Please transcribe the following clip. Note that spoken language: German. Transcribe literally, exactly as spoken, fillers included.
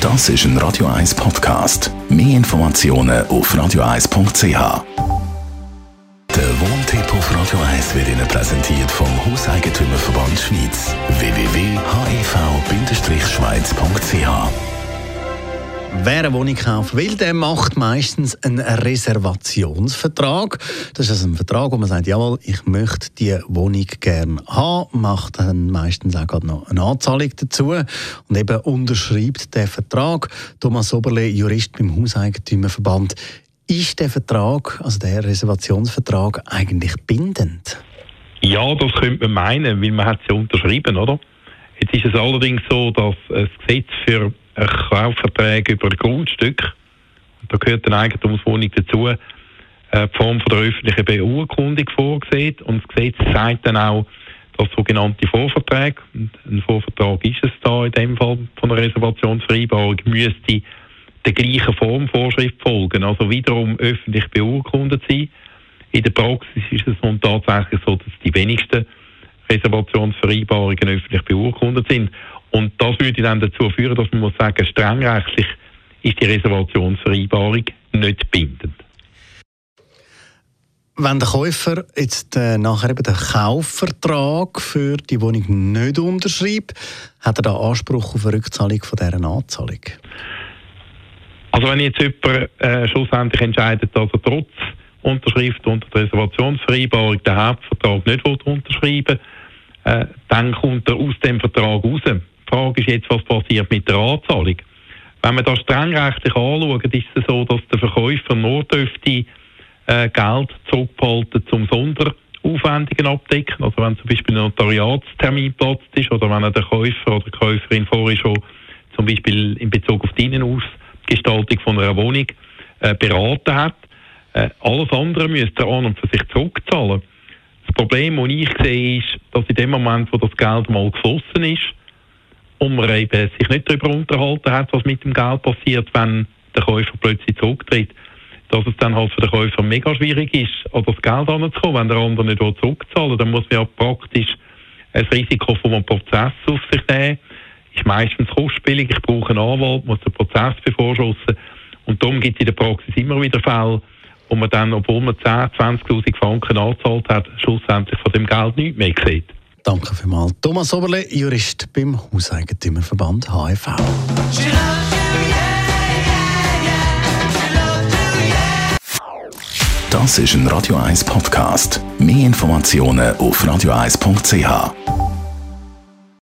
Das ist ein Radio eins Podcast. Mehr Informationen auf radio eins punkt c h. Der Wohntipp auf Radio eins wird Ihnen präsentiert vom Hauseigentümerverband Schweiz. w w w punkt h e v schweiz punkt c h. Wer eine Wohnung kaufen will, der macht meistens einen Reservationsvertrag. Das ist also ein Vertrag, wo man sagt, jawohl, ich möchte die Wohnung gerne haben, macht dann meistens auch gerade noch eine Anzahlung dazu und eben unterschreibt den Vertrag. Thomas Oberle, Jurist beim Hauseigentümerverband. Ist der Vertrag, also der Reservationsvertrag, eigentlich bindend? Ja, das könnte man meinen, weil man hat sie unterschrieben, oder? Jetzt ist es allerdings so, dass das Gesetz für Kaufverträge über Grundstück, da gehört eine Eigentumswohnung dazu, äh, die Form von der öffentlichen Beurkundung vorgesehen. Und das Gesetz sagt dann auch, dass sogenannte Vorverträge, ein Vorvertrag ist es da in dem Fall von der Reservationsvereinbarung, müsste der gleichen Formvorschrift folgen, also wiederum öffentlich beurkundet sein. In der Praxis ist es nun tatsächlich so, dass die wenigsten Reservationsvereinbarungen öffentlich beurkundet sind. Und das würde dann dazu führen, dass man muss sagen, strengrechtlich ist die Reservationsvereinbarung nicht bindend. Wenn der Käufer jetzt äh, nachher eben den Kaufvertrag für die Wohnung nicht unterschreibt, hat er da Anspruch auf eine Rückzahlung von dieser Anzahlung? Also wenn jetzt jemand äh, schlussendlich entscheidet, dass er trotz Unterschrift unter der Reservationsvereinbarung den Hauptvertrag nicht unterschreiben will, äh, dann kommt er aus dem Vertrag raus. Die Frage ist jetzt, was passiert mit der Anzahlung. Wenn man das strengrechtlich anschaut, ist es so, dass der Verkäufer nur dürfte äh, Geld zurückbehalten zum Sonderaufwendungen abdecken. Also wenn zum Beispiel ein Notariatstermin geplatzt ist oder wenn er der Käufer oder die Käuferin vorher schon zum Beispiel in Bezug auf die Innenausgestaltung von einer Wohnung äh, beraten hat. Äh, alles andere müsste er an und für sich zurückzahlen. Das Problem, das ich sehe, ist, dass in dem Moment, wo das Geld mal geflossen ist, und man eben sich nicht darüber unterhalten hat, was mit dem Geld passiert, wenn der Käufer plötzlich zurücktritt, dass es dann halt für den Käufer mega schwierig ist, an das Geld heranzukommen. Wenn der andere nicht zurückzahlen will, dann muss man ja praktisch ein Risiko von einem Prozess auf sich nehmen. Ist meistens kostspielig, ich brauche einen Anwalt, muss den Prozess bevorschussen. Und darum gibt es in der Praxis immer wieder Fälle, wo man dann, obwohl man zehn, zwanzigtausend Franken angezahlt hat, schlussendlich von dem Geld nichts mehr sieht. Danke vielmals. Thomas Oberle, Jurist beim Hauseigentümerverband H E V. Das ist ein Radio eins Podcast. Mehr Informationen auf radio eins punkt c h.